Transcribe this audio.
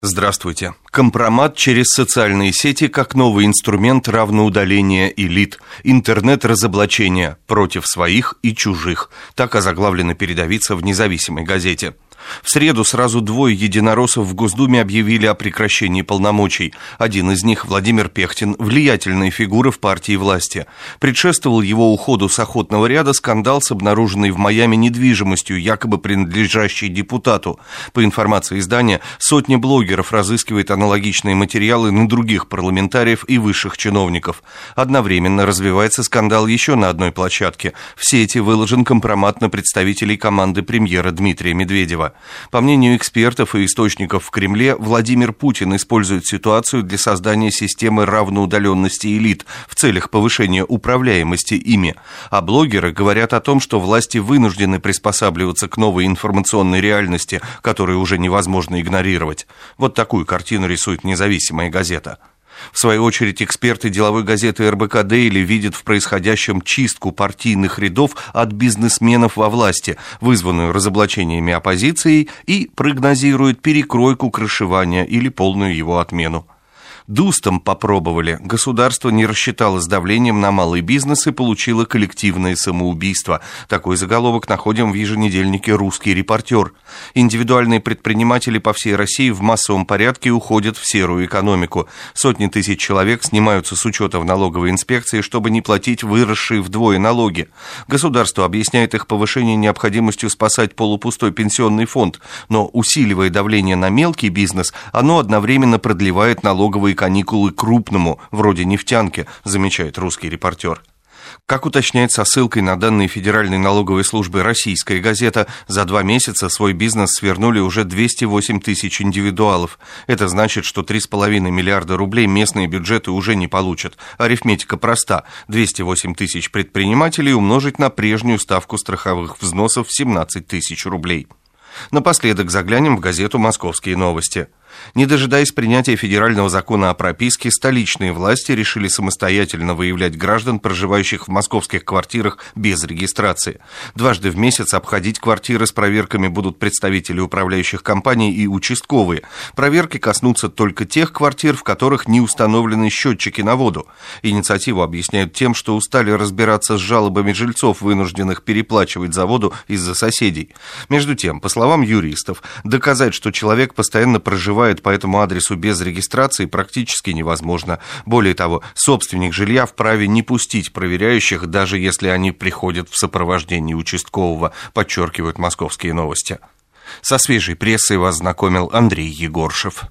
Здравствуйте. Компромат через социальные сети как новый инструмент равноудаления элит. Интернет-разоблачения против своих и чужих. Так озаглавлена передовица в «Независимой газете». В среду сразу двое единороссов в Госдуме объявили о прекращении полномочий. Один из них, Владимир Пехтин, влиятельная фигура в партии власти. Предшествовал его уходу с охотного ряда скандал с обнаруженной в Майами недвижимостью, якобы принадлежащей депутату. По информации издания, сотни блогеров разыскивают аналогичные материалы на других парламентариев и высших чиновников. Одновременно развивается скандал еще на одной площадке. В сети выложен компромат на представителей команды премьера Дмитрия Медведева. По мнению экспертов и источников в Кремле, Владимир Путин использует ситуацию для создания системы равноудаленности элит в целях повышения управляемости ими. А блогеры говорят о том, что власти вынуждены приспосабливаться к новой информационной реальности, которую уже невозможно игнорировать. Вот такую картину рисует «Независимая газета». В свою очередь, эксперты деловой газеты РБК Дейли видят в происходящем чистку партийных рядов от бизнесменов во власти, вызванную разоблачениями оппозиции, и прогнозируют перекройку крышевания или полную его отмену. Дустом попробовали. Государство не рассчитало с давлением на малый бизнес и получило коллективное самоубийство. Такой заголовок находим в еженедельнике «Русский репортер». Индивидуальные предприниматели по всей России в массовом порядке уходят в серую экономику. Сотни тысяч человек снимаются с учета в налоговой инспекции, чтобы не платить выросшие вдвое налоги. Государство объясняет их повышение необходимостью спасать полупустой пенсионный фонд. Но, усиливая давление на мелкий бизнес, оно одновременно продлевает налоговые каникулы крупному, вроде нефтянки, замечает «Русский репортер». Как уточняет со ссылкой на данные Федеральной налоговой службы «Российская газета», за 2 месяца свой бизнес свернули уже 208 тысяч индивидуалов. Это значит, что 3,5 миллиарда рублей местные бюджеты уже не получат. Арифметика проста. 208 тысяч предпринимателей умножить на прежнюю ставку страховых взносов в 17 тысяч рублей. Напоследок заглянем в газету «Московские новости». Не дожидаясь принятия федерального закона о прописке, столичные власти решили самостоятельно выявлять граждан, проживающих в московских квартирах без регистрации. Дважды в месяц обходить квартиры с проверками будут представители управляющих компаний и участковые. Проверки коснутся только тех квартир, в которых не установлены счетчики на воду. Инициативу объясняют тем, что устали разбираться с жалобами жильцов, вынужденных переплачивать за воду из-за соседей. Между тем, по словам юристов, доказать, что человек постоянно проживает по этому адресу без регистрации, практически невозможно. Более того, собственник жилья вправе не пустить проверяющих, даже если они приходят в сопровождении участкового, подчеркивают «Московские новости». Со свежей прессой вас знакомил Андрей Егоршев.